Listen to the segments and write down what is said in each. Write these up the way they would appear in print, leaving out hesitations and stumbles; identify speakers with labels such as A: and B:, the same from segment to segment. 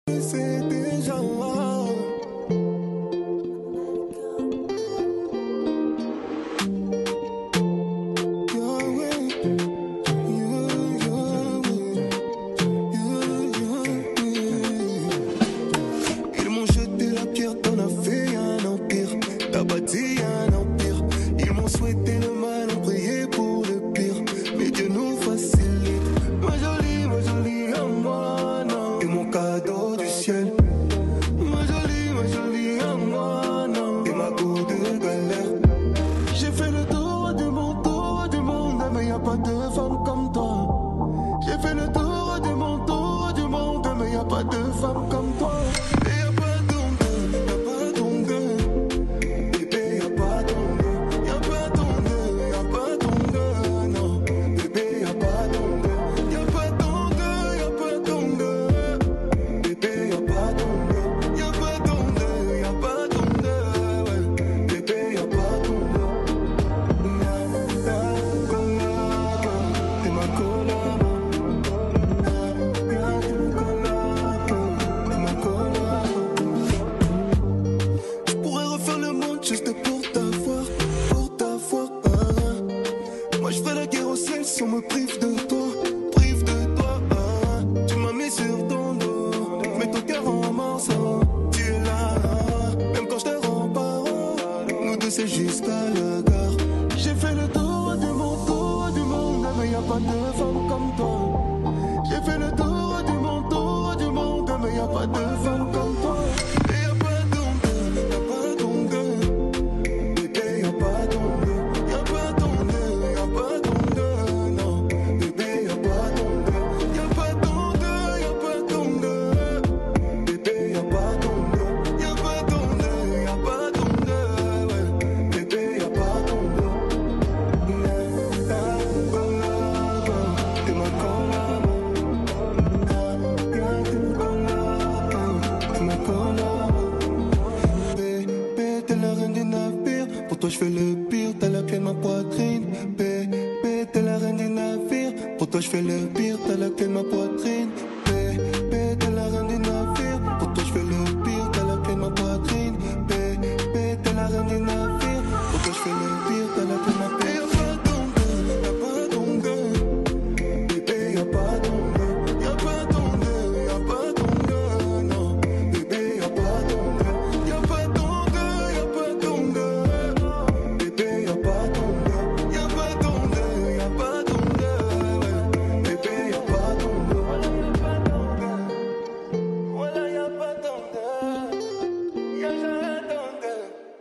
A: C'est déjà ils m'ont jeté la pierre, t'en as fait un empire. T'as bâti un empire. Ils m'ont souhaité le mal, ont prié pour le pire. Mais Dieu nous facilite. Ma jolie à moi, non. Et mon cadeau du ciel. Ma jolie à moi, non. Et ma peau de galère. J'ai fait le tour du monde, mais y a pas de femme comme toi. J'ai fait le tour du monde, mais y a pas de femme comme toi. Et y a pas d'onde, bébé, y a pas d'onde, y a pas d'onde, non. Bébé, y a pas d'onde, y a pas d'onde, bébé, y a pas d'onde, y a pas d'onde, ouais. Bébé, y a pas d'onde. T'es ma collabo. Je pourrais refaire le monde juste pour t'avoir. Moi je fais la guerre au ciel si on me prive de toi. Tu m'as mis sur ton dos, mets ton cœur en morceaux. Tu es là, même quand je te rends pas. Nous deux c'est jusqu'à la gare. J'ai fait le tour du monde, mais y a pas de femme comme toi. J'ai fait le tour du monde, mais y a pas de femme comme toi. Et y a pas d'onde, bébé, y a pas d'onde, y a pas d'onde, non. Bébé, y a pas d'onde, y a pas d'onde, bébé, y a pas d'onde, y a pas d'onde, ouais. Bébé, y a pas d'onde. T'es ma collabo. T'es ma collabo. Bébé, t'es la reine du navire. Pour toi je fais le pire, t'as la clé de ma poitrine. Bébé, t'es la reine du navire. Pour toi je fais le pire, t'as la clé de ma poitrine. Bébé, t'es la reine du navire. Pour toi je fais le pire, t'as la clé de ma poitrine. Bébé, t'es la reine du navire. Pour toi je fais le pire, t'as la clé de ma poitrine. Y a pas d'onde, bébé, y a pas d'onde, y a pas d'onde, non. Bébé, y a pas d'onde, y a pas d'onde, bébé, y a pas d'onde, y a pas d'onde, ouais. Bébé, y a pas d'onde, voilà, y a pas d'onde, y a jamais d'onde.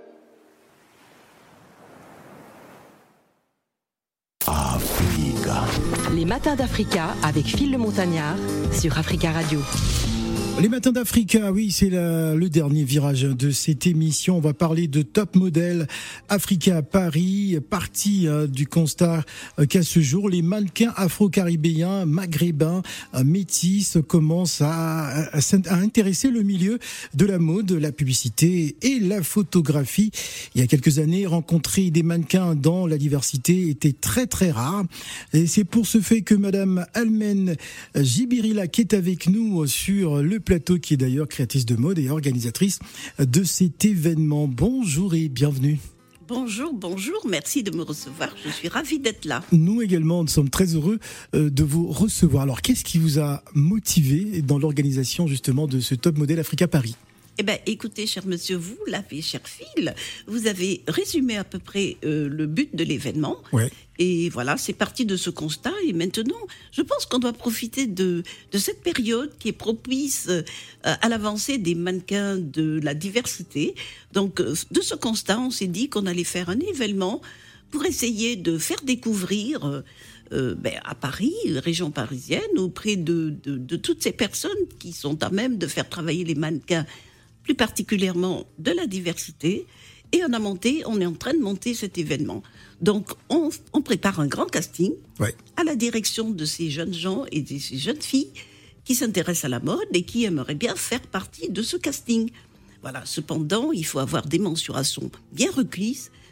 B: Africa.
C: Les matins d'Africa avec Phil le Montagnard sur Africa Radio.
D: Les matins d'Africa, oui, c'est le dernier virage de cette émission. On va parler de Top Model Africa à Paris. Partie du constat qu'à ce jour, les mannequins afro-caribéens, maghrébins, métis commencent à intéresser le milieu de la mode, la publicité et la photographie. Il y a quelques années, rencontrer des mannequins dans la diversité était très très rare. Et c'est pour ce fait que Madame Almen Jibirila, qui est avec nous sur le plateau, qui est d'ailleurs créatrice de mode et organisatrice de cet événement. Bonjour et bienvenue.
E: Bonjour, merci de me recevoir, je suis ravie d'être là.
D: Nous également, nous sommes très heureux de vous recevoir. Alors, qu'est-ce qui vous a motivé dans l'organisation justement de ce Top Model Africa Paris ?
E: Eh bien, écoutez, cher monsieur, vous l'avez, cher Phil, vous avez résumé à peu près le but de l'événement.
D: Ouais.
E: Et voilà, c'est parti de ce constat. Et maintenant, je pense qu'on doit profiter de cette période qui est propice à l'avancée des mannequins de la diversité. Donc, de ce constat, on s'est dit qu'on allait faire un événement pour essayer de faire découvrir à Paris, région parisienne, auprès de toutes ces personnes qui sont à même de faire travailler les mannequins, plus particulièrement de la diversité. Et on est en train de monter cet événement. Donc, on prépare un grand casting à la direction de ces jeunes gens et de ces jeunes filles qui s'intéressent à la mode et qui aimeraient bien faire partie de ce casting. Voilà. Cependant, il faut avoir des mensurations bien requises,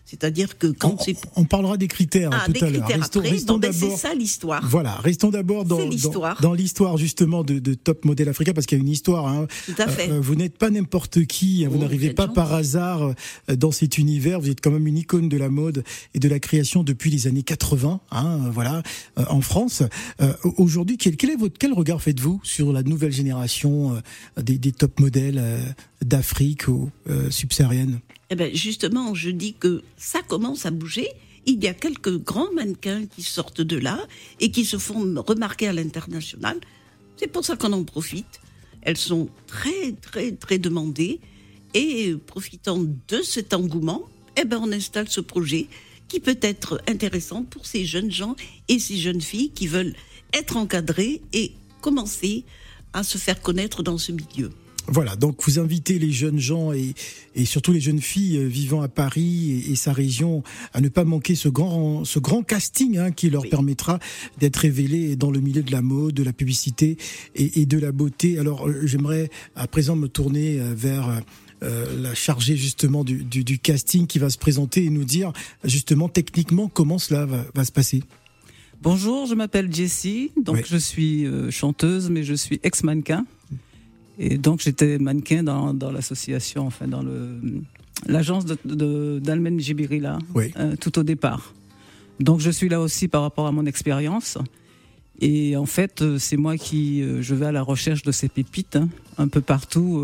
E: C'est-à-dire que quand
D: on parlera des critères tout à l'heure.
E: Restons d'abord. C'est ça l'histoire.
D: Voilà, restons d'abord dans l'histoire justement de Top Model Africa, parce qu'il y a une histoire. Hein.
E: Tout à fait.
D: Vous n'êtes pas n'importe qui. Vous n'arrivez pas par hasard dans cet univers. Vous êtes quand même une icône de la mode et de la création depuis les années 80. Voilà, en France. Aujourd'hui, quel regard faites-vous sur la nouvelle génération des top modèles d'Afrique ou subsaharienne?
E: Eh ben justement, je dis que ça commence à bouger. Il y a quelques grands mannequins qui sortent de là et qui se font remarquer à l'international. C'est pour ça qu'on en profite. Elles sont très, très, très demandées. Et profitant de cet engouement, on installe ce projet qui peut être intéressant pour ces jeunes gens et ces jeunes filles qui veulent être encadrées et commencer à se faire connaître dans ce milieu.
D: Voilà, donc vous invitez les jeunes gens et surtout les jeunes filles vivant à Paris et sa région à ne pas manquer ce grand casting qui leur permettra d'être révélés dans le milieu de la mode, de la publicité et de la beauté. Alors j'aimerais à présent me tourner vers la chargée justement du casting qui va se présenter et nous dire justement techniquement comment cela va se passer.
B: Bonjour, je m'appelle Jessie, donc je suis chanteuse mais je suis ex-mannequin. Et donc j'étais mannequin dans l'association, enfin dans l'agence d'Almen Djibirila, tout au départ. Donc je suis là aussi par rapport à mon expérience. Et en fait, c'est moi je vais à la recherche de ces pépites un peu partout.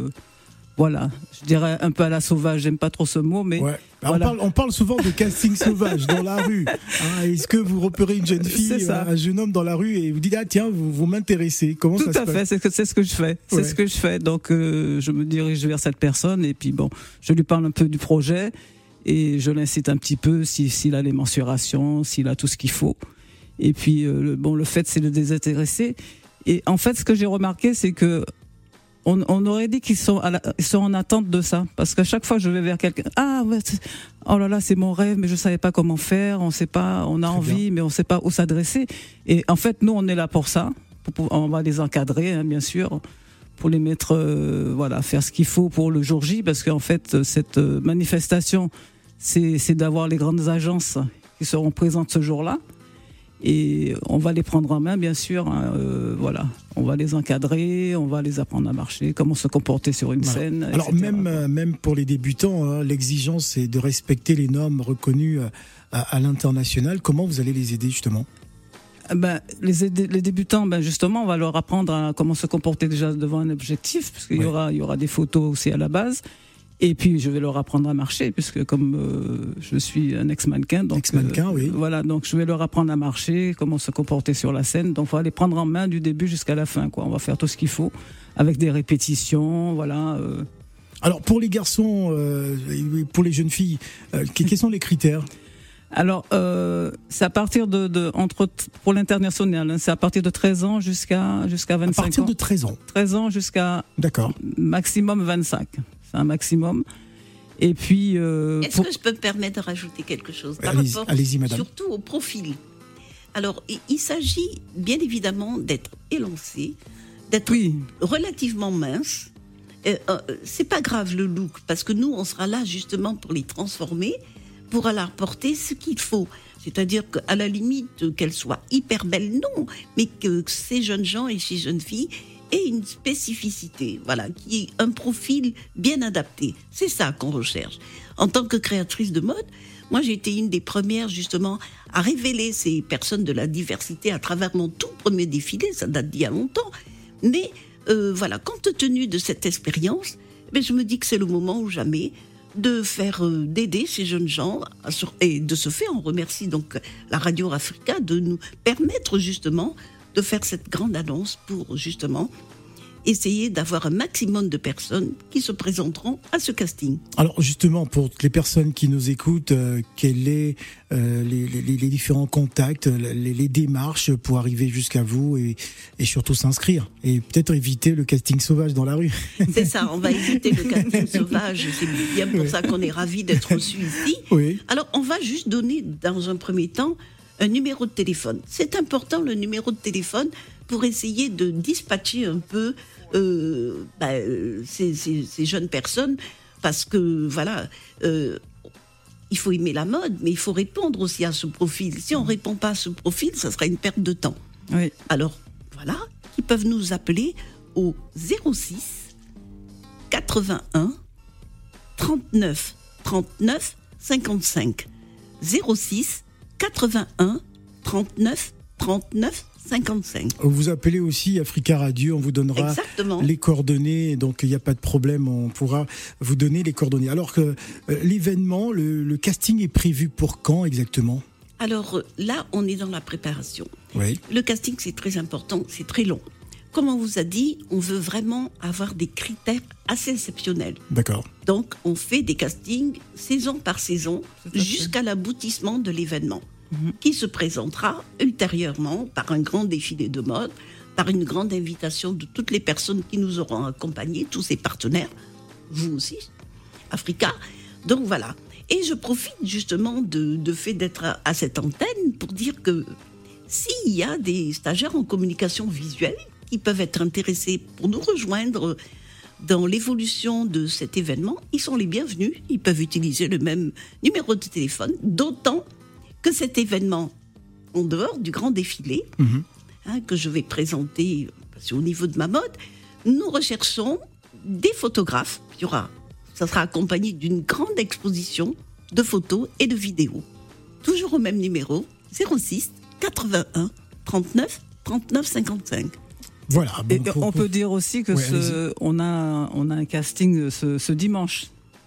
B: Voilà, je dirais un peu à la sauvage, j'aime pas trop ce mot, mais... Ouais.
D: Voilà. On parle souvent de casting sauvage dans la rue. Est-ce que vous repérez une jeune fille, un jeune homme dans la rue et vous dites tiens, vous m'intéressez, comment ça se passe? Tout à
B: fait, c'est ce que je fais. C'est ce que je fais. Donc je me dirige vers cette personne et puis je lui parle un peu du projet et je l'incite un petit peu s'il a les mensurations, s'il a tout ce qu'il faut. Et puis le fait c'est de les désintéresser. Et en fait, ce que j'ai remarqué, c'est que on aurait dit qu'ils sont en attente de ça, parce qu'à chaque fois que je vais vers quelqu'un, oh là là, c'est mon rêve, mais je savais pas comment faire, on sait pas, on a envie, mais on sait pas où s'adresser. Et en fait, nous, on est là pour ça. On va les encadrer, bien sûr, pour les mettre, faire ce qu'il faut pour le jour J, parce qu'en fait, cette manifestation, c'est d'avoir les grandes agences qui seront présentes ce jour-là. Et on va les prendre en main, bien sûr. On va les encadrer, on va les apprendre à marcher, comment se comporter sur une scène.
D: Alors même pour les débutants, l'exigence c'est de respecter les normes reconnues à l'international. Comment vous allez les aider justement?
B: Les débutants, justement, on va leur apprendre à comment se comporter déjà devant un objectif, parce qu'il y aura des photos aussi à la base. Et puis je vais leur apprendre à marcher, puisque comme je suis un ex-mannequin, donc voilà, donc je vais leur apprendre à marcher, comment se comporter sur la scène. Donc il faut les prendre en main du début jusqu'à la fin, quoi. On va faire tout ce qu'il faut avec des répétitions, voilà.
D: Alors pour les garçons, pour les jeunes filles, quels sont les critères?
B: Alors c'est à partir pour l'international, c'est à partir de 13 ans jusqu'à 25 ans.
D: À partir de 13 ans.
B: 13 ans jusqu'à maximum 25. C'est un maximum. Et puis...
E: Est-ce que je peux me permettre de rajouter quelque chose
D: allez-y, madame.
E: Surtout au profil. Alors, il s'agit bien évidemment d'être élancé, d'être relativement mince. C'est pas grave le look, parce que nous, on sera là justement pour les transformer, pour leur apporter ce qu'il faut. C'est-à-dire qu'à la limite, qu'elles soient hyper belles, non, mais que ces jeunes gens et ces jeunes filles aient une spécificité, qui est un profil bien adapté. C'est ça qu'on recherche. En tant que créatrice de mode, moi j'ai été une des premières justement à révéler ces personnes de la diversité à travers mon tout premier défilé, ça date d'il y a longtemps. Mais compte tenu de cette expérience, je me dis que c'est le moment ou jamais d'aider ces jeunes gens et de ce fait on remercie donc la Radio Africa de nous permettre justement de faire cette grande annonce pour justement essayer d'avoir un maximum de personnes qui se présenteront à ce casting.
D: Alors justement, pour les personnes qui nous écoutent, quels sont les différents contacts, les démarches pour arriver jusqu'à vous et surtout s'inscrire et peut-être éviter le casting sauvage dans la rue?
E: C'est ça, on va éviter le casting sauvage, c'est bien pour ça qu'on est ravis d'être reçus ici. Oui. Alors on va juste donner dans un premier temps un numéro de téléphone. C'est important, le numéro de téléphone, pour essayer de dispatcher un peu ces jeunes personnes, parce que il faut aimer la mode, mais il faut répondre aussi à ce profil. Si on ne répond pas à ce profil, ça sera une perte de temps.
B: Oui.
E: Alors, voilà, ils peuvent nous appeler au 06 81 39 39 55. 06 81 39 39 55.
D: Vous appelez aussi Africa Radio, on vous donnera
E: Exactement.
D: les coordonnées, donc il n'y a pas de problème, on pourra vous donner les coordonnées. Alors que l'événement, le casting est prévu pour quand exactement ?
E: Alors là, on est dans la préparation.
D: Oui.
E: Le casting, c'est très important, c'est très long. Comme on vous a dit, on veut vraiment avoir des critères assez exceptionnels.
D: D'accord.
E: Donc, on fait des castings saison par saison jusqu'à l'aboutissement de l'événement, qui se présentera ultérieurement par un grand défilé de mode, par une grande invitation de toutes les personnes qui nous auront accompagnés, tous ces partenaires, vous aussi, Africa. Donc voilà. Et je profite justement de fait d'être à cette antenne pour dire que s'il y a des stagiaires en communication visuelle qui peuvent être intéressés pour nous rejoindre dans l'évolution de cet événement, ils sont les bienvenus. Ils peuvent utiliser le même numéro de téléphone, d'autant que cet événement, en dehors du grand défilé, que je vais présenter au niveau de ma mode, nous recherchons des photographes. Ça sera accompagné d'une grande exposition de photos et de vidéos. Toujours au même numéro, 06 81 39 39 55.
D: Voilà.
B: Et on peut dire aussi que on a un casting ce dimanche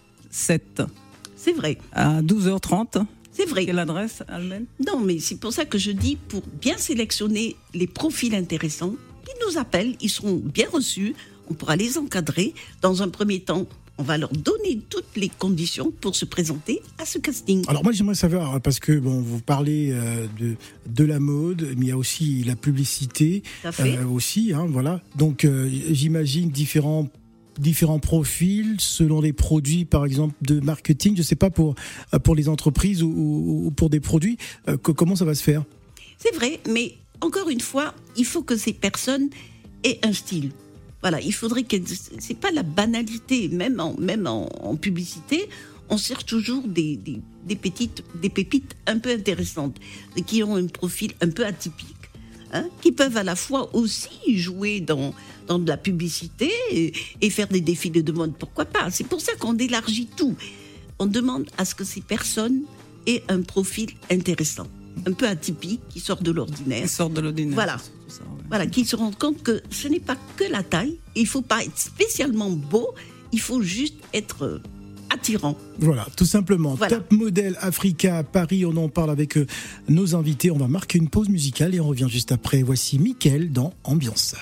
B: 7
E: C'est vrai.
B: à 12h30.
E: C'est vrai.
B: Quelle adresse, Almen ?
E: Non, mais c'est pour ça que je dis, pour bien sélectionner les profils intéressants, ils nous appellent, ils seront bien reçus, on pourra les encadrer. Dans un premier temps, on va leur donner toutes les conditions pour se présenter à ce casting.
D: Alors moi j'aimerais savoir, parce que vous parlez de la mode, mais il y a aussi la publicité aussi, voilà. Donc j'imagine différents profils selon les produits, par exemple de marketing. Je ne sais pas pour les entreprises ou pour des produits. Comment ça va se faire ?
E: C'est vrai, mais encore une fois, il faut que ces personnes aient un style. Voilà, il faudrait que c'est pas la banalité, même en publicité, on cherche toujours des pépites un peu intéressantes, qui ont un profil un peu atypique, qui peuvent à la fois aussi jouer dans de la publicité et faire des défilés de mode, pourquoi pas. C'est pour ça qu'on élargit tout. On demande à ce que ces personnes aient un profil intéressant, un peu atypique, qui sort de l'ordinaire. Voilà. Voilà, qui se rendent compte que ce n'est pas que la taille, il ne faut pas être spécialement beau, il faut juste être attirant.
D: Voilà, tout simplement. Voilà. Top Model Africa à Paris, on en parle avec nos invités. On va marquer une pause musicale et on revient juste après. Voici Mickaël dans Ambiance.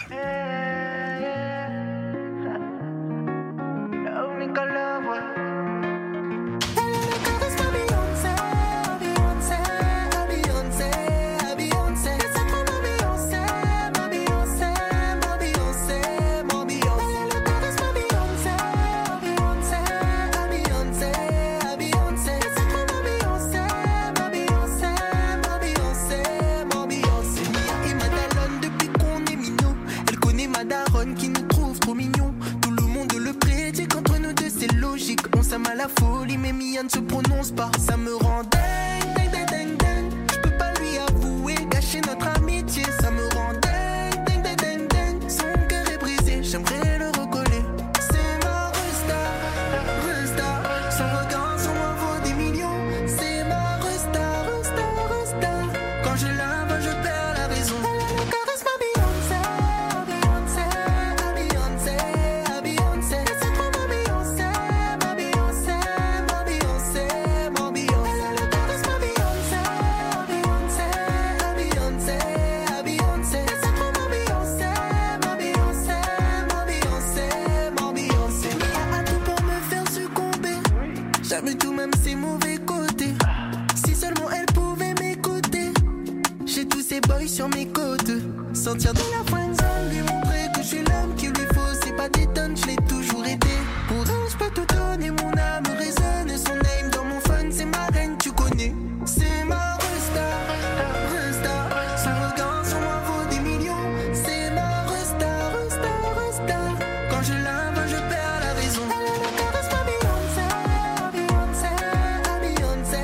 A: Sortir de la friendzone, lui montrer que je suis l'homme qu'il lui faut, c'est pas des tonnes, je l'ai toujours été. Pour elle, je peux tout donner, mon âme résonne, son name dans mon phone, c'est ma reine, tu connais. C'est ma resta, son regard sur moi vaut des millions. C'est ma resta, quand je la vois, je perds la raison. Elle a le charisme Beyoncé,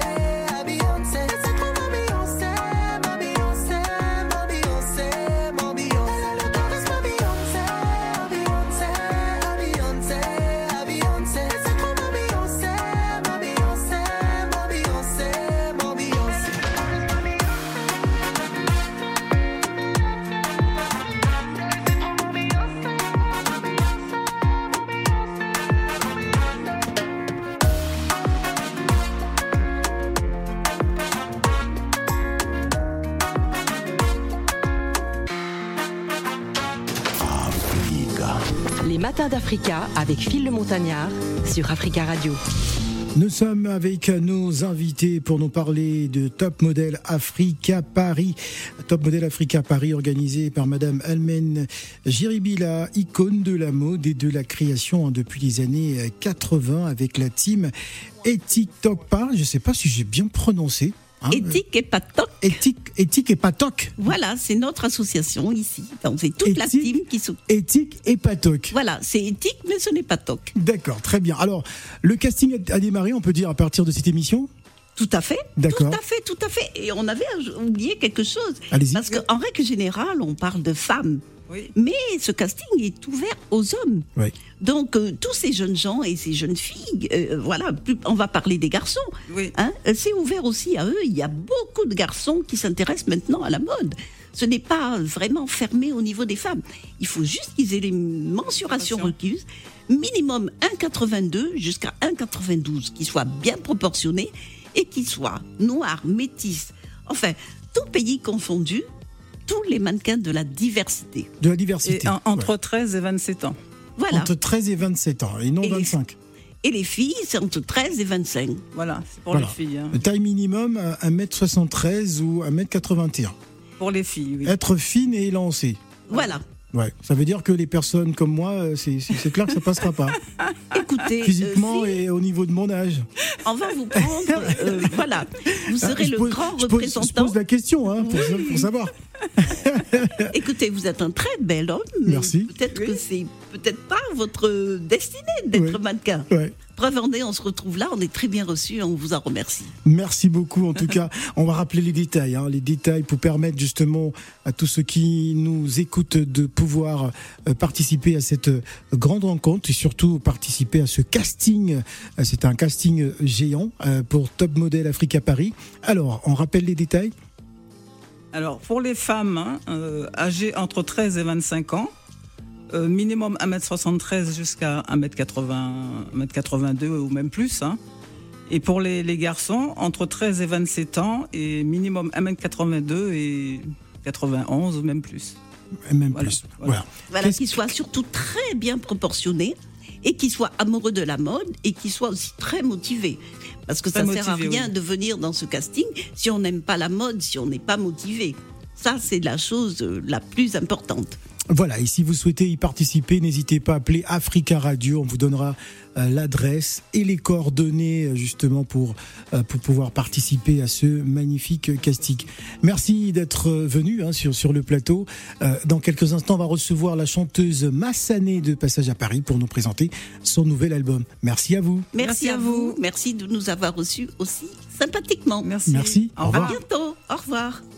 C: Matin d'Africa avec Phil le Montagnard sur Africa Radio.
D: Nous sommes avec nos invités pour nous parler de Top Model Africa Paris. Top Model Africa Paris organisé par Madame Almen Jiribila, icône de la mode et de la création depuis les années 80 avec la team Ethic Tokpa. Je ne sais pas si j'ai bien prononcé.
E: Éthique et Patoc.
D: Éthique et Patoc.
E: Voilà, c'est notre association ici. Donc, c'est toute la team qui s'occupe.
D: Éthique et Patoc.
E: Voilà, c'est éthique, mais ce n'est pas toc.
D: D'accord, très bien. Alors, le casting a démarré, on peut dire, à partir de cette émission ?
E: Tout à fait.
D: D'accord.
E: Tout à fait. Et on avait oublié quelque chose.
D: Allez-y.
E: Parce qu'en règle générale, on parle de femmes.
B: Oui.
E: Mais ce casting est ouvert aux hommes.
D: Oui.
E: Donc, tous ces jeunes gens et ces jeunes filles, on va parler des garçons.
B: Oui.
E: C'est ouvert aussi à eux. Il y a beaucoup de garçons qui s'intéressent maintenant à la mode. Ce n'est pas vraiment fermé au niveau des femmes. Il faut juste qu'ils aient les mensurations requises. Minimum 1,82 jusqu'à 1,92, qui soient bien proportionnés et qui soient noirs, métis. Enfin, tout pays confondu, tous les mannequins de la diversité.
D: De la diversité.
B: Et entre 13 et 27 ans.
E: Voilà.
D: Entre 13 et 27 ans, et non 25.
E: Et les filles, c'est entre 13 et 25.
B: Voilà, c'est pour les filles. Hein.
D: Taille minimum, 1m73 ou 1m81.
B: Pour les filles, oui.
D: Être fine et élancée.
E: Voilà.
D: Ouais, ça veut dire que les personnes comme moi, c'est clair que ça passera pas.
E: Écoutez,
D: Physiquement et au niveau de mon âge.
E: On va vous prendre, voilà. Vous serez le grand représentant.
D: Je pose la question, hein, pour savoir.
E: Écoutez, vous êtes un très bel homme. Mais
D: merci.
E: Peut-être que c'est peut-être pas votre destinée d'être mannequin.
D: Ouais.
E: Preuve en est, on se retrouve là, on est très bien reçus, on vous en remercie.
D: Merci beaucoup. En tout cas, on va rappeler les détails pour permettre justement à tous ceux qui nous écoutent de pouvoir participer à cette grande rencontre et surtout participer à ce casting. C'est un casting géant pour Top Model Africa Paris. Alors, on rappelle les détails ?
B: Alors, pour les femmes âgées entre 13 et 25 ans, minimum 1m73 jusqu'à 1m82 ou même plus. Hein. Et pour les garçons, entre 13 et 27 ans, et minimum 1m82 et 91 ou même plus.
D: Et même plus. Voilà.
E: Qu'ils soient surtout très bien proportionnés et qu'ils soient amoureux de la mode et qu'ils soient aussi très motivés. Parce que ça ne sert à rien de venir dans ce casting si on n'aime pas la mode, si on n'est pas motivé. Ça, c'est la chose la plus importante.
D: Voilà, et si vous souhaitez y participer, n'hésitez pas à appeler Africa Radio, on vous donnera l'adresse et les coordonnées justement pour pouvoir participer à ce magnifique casting. Merci d'être venu sur le plateau. Dans quelques instants, on va recevoir la chanteuse Massané de Passage à Paris pour nous présenter son nouvel album. Merci à vous.
E: Merci à vous. Merci de nous avoir reçus aussi sympathiquement.
D: Merci.
E: Au revoir. À bientôt. Au revoir.